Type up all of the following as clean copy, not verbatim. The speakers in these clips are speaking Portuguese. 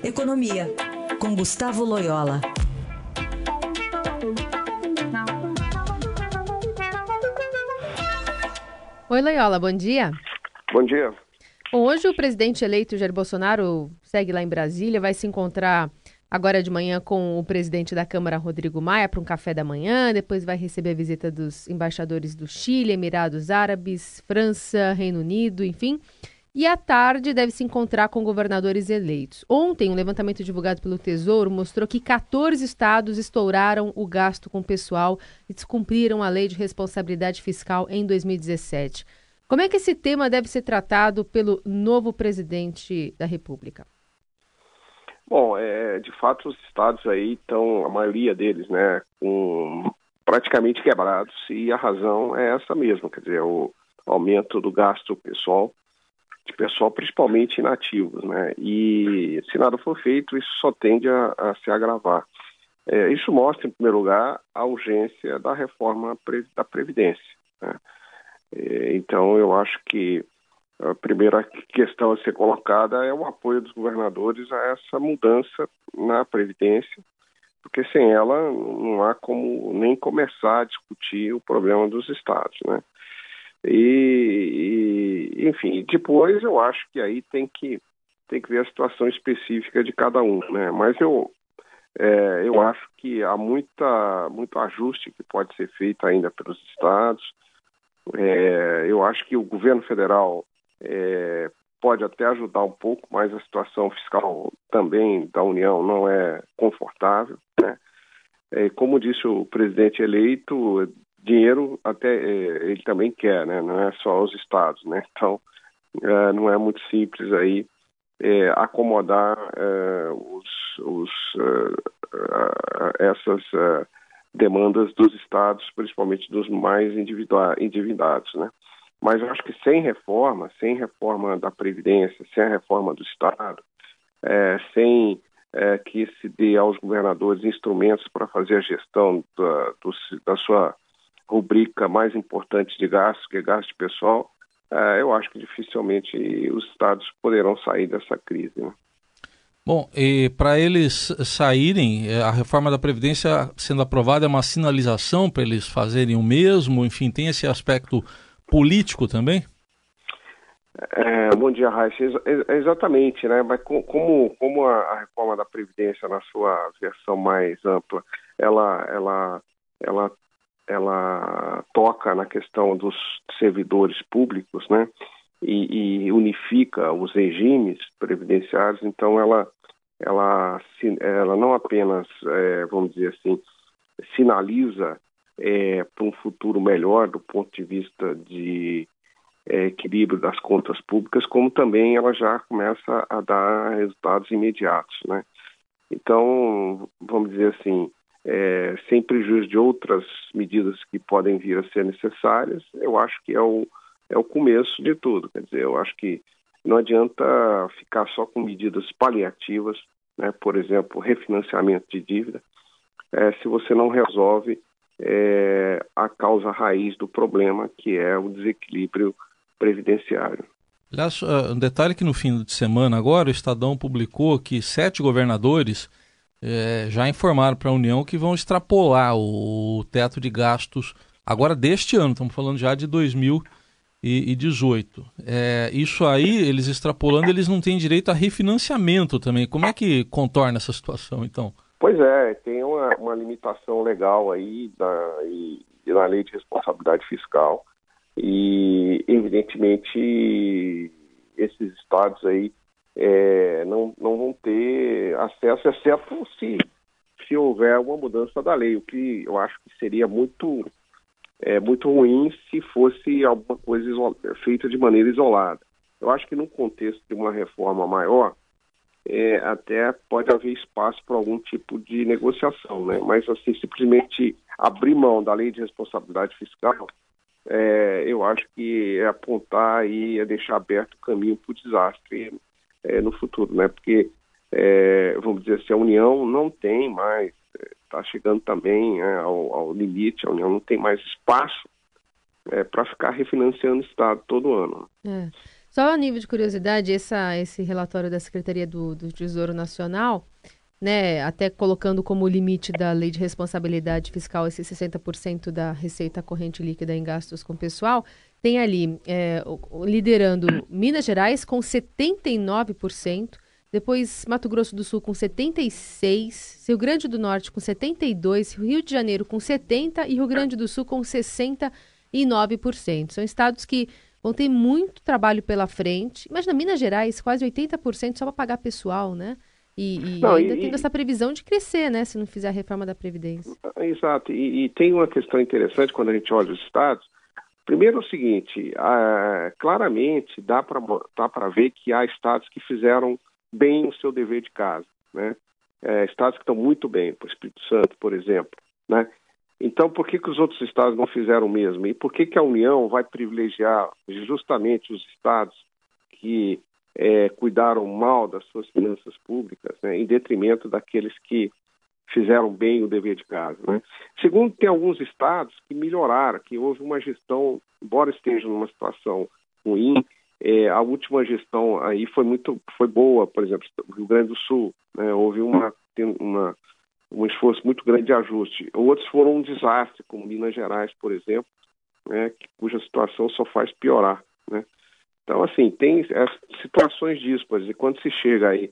Economia, com Gustavo Loyola. Oi, Loyola, bom dia. Bom dia. Bom, hoje o presidente eleito Jair Bolsonaro segue lá em Brasília, vai se encontrar agora de manhã com o presidente da Câmara, Rodrigo Maia, para um café da manhã, depois vai receber a visita dos embaixadores do Chile, Emirados Árabes, França, Reino Unido, enfim. E à tarde deve se encontrar com governadores eleitos. Ontem, um levantamento divulgado pelo Tesouro mostrou que 14 estados estouraram o gasto com o pessoal e descumpriram a lei de responsabilidade fiscal em 2017. Como é que esse tema deve ser tratado pelo novo presidente da República? Bom, de fato os estados aí estão, a maioria deles, né, praticamente quebrados, e a razão é essa mesma, quer dizer, o aumento do gasto pessoal principalmente inativos, né? E se nada for feito, isso só tende a se agravar. Isso mostra, em primeiro lugar, a urgência da reforma da Previdência, né? Então, eu acho que a primeira questão a ser colocada é o apoio dos governadores a essa mudança na Previdência, porque sem ela não há como nem começar a discutir o problema dos estados, né? Enfim, depois eu acho que aí tem que ver a situação específica de cada um, né? Mas eu acho que há muito ajuste que pode ser feito ainda pelos estados. Eu acho que o governo federal pode até ajudar um pouco, mas a situação fiscal também da União não é confortável, né? Como disse o presidente eleito, dinheiro até ele também quer, né? Não é só os estados, né? Então não é muito simples aí acomodar essas demandas dos estados, principalmente dos mais endividados, né? Mas eu acho que sem reforma da Previdência, sem a reforma do Estado, sem que se dê aos governadores instrumentos para fazer a gestão da sua rubrica mais importante de gasto, que é gasto pessoal, eu acho que dificilmente os estados poderão sair dessa crise, né? Bom, e para eles saírem, a reforma da Previdência sendo aprovada é uma sinalização para eles fazerem o mesmo? Enfim, tem esse aspecto político também? Bom dia, Raíssa. Exatamente, né? Mas como a reforma da Previdência, na sua versão mais ampla, ela toca na questão dos servidores públicos, né? E unifica os regimes previdenciários, então ela não apenas, vamos dizer assim, sinaliza para um futuro melhor do ponto de vista de equilíbrio das contas públicas, como também ela já começa a dar resultados imediatos, né? Então, vamos dizer assim, sem prejuízo de outras medidas que podem vir a ser necessárias, eu acho que é o começo de tudo. Quer dizer, eu acho que não adianta ficar só com medidas paliativas, né? Por exemplo, refinanciamento de dívida, se você não resolve a causa raiz do problema, que é o desequilíbrio previdenciário. Aliás, um detalhe que no fim de semana agora o Estadão publicou que 7 governadores já informaram para a União que vão extrapolar o teto de gastos agora deste ano, estamos falando já de 2018. Isso aí, eles extrapolando, eles não têm direito a refinanciamento também. Como é que contorna essa situação, então? Pois tem uma limitação legal aí na lei de responsabilidade fiscal e, evidentemente, esses estados aí não vão ter acesso, exceto se houver uma mudança da lei, o que eu acho que seria muito ruim se fosse alguma coisa feita de maneira isolada. Eu acho que no contexto de uma reforma maior, até pode haver espaço para algum tipo de negociação, né? Mas assim, simplesmente abrir mão da lei de responsabilidade fiscal, eu acho que é apontar e deixar aberto o caminho para o desastre no futuro, né? Porque, vamos dizer assim, a União não tem mais, está chegando também ao limite, a União não tem mais espaço para ficar refinanciando o Estado todo ano. Só a nível de curiosidade, esse relatório da Secretaria do Tesouro Nacional, né, até colocando como limite da Lei de Responsabilidade Fiscal esse 60% da receita corrente líquida em gastos com pessoal, tem ali liderando Minas Gerais com 79%, depois Mato Grosso do Sul com 76%, Rio Grande do Norte com 72%, Rio de Janeiro com 70% e Rio Grande do Sul com 69%. São estados que vão ter muito trabalho pela frente. Imagina, Minas Gerais, quase 80% só para pagar pessoal, né? E ainda tendo essa previsão de crescer, né? Se não fizer a reforma da Previdência. Exato. E tem uma questão interessante quando a gente olha os estados. Primeiro é o seguinte, claramente dá para ver que há estados que fizeram bem o seu dever de casa, né? Estados que estão muito bem, por Espírito Santo, por exemplo, né? Então, por que os outros estados não fizeram o mesmo? E por que a União vai privilegiar justamente os estados que cuidaram mal das suas finanças públicas, né, em detrimento daqueles que fizeram bem o dever de casa, né? Segundo, tem alguns estados que melhoraram, que houve uma gestão, embora esteja numa situação ruim, a última gestão aí foi boa. Por exemplo, no Rio Grande do Sul, né, houve um esforço muito grande de ajuste. Outros foram um desastre, como Minas Gerais, por exemplo, né, cuja situação só faz piorar, né? Então, assim, tem situações díspares, e quando se chega aí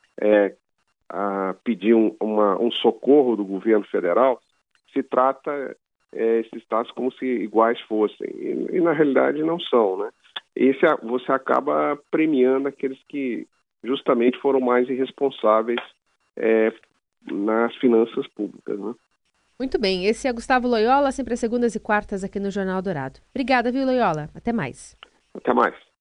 a pedir um socorro do governo federal, se trata esses estados como se iguais fossem, e na realidade não são, né? Você acaba premiando aqueles que justamente foram mais irresponsáveis nas finanças públicas, né? Muito bem, esse é Gustavo Loyola, sempre às segundas e quartas aqui no Jornal Dourado. Obrigada, viu, Loyola? Até mais. Até mais.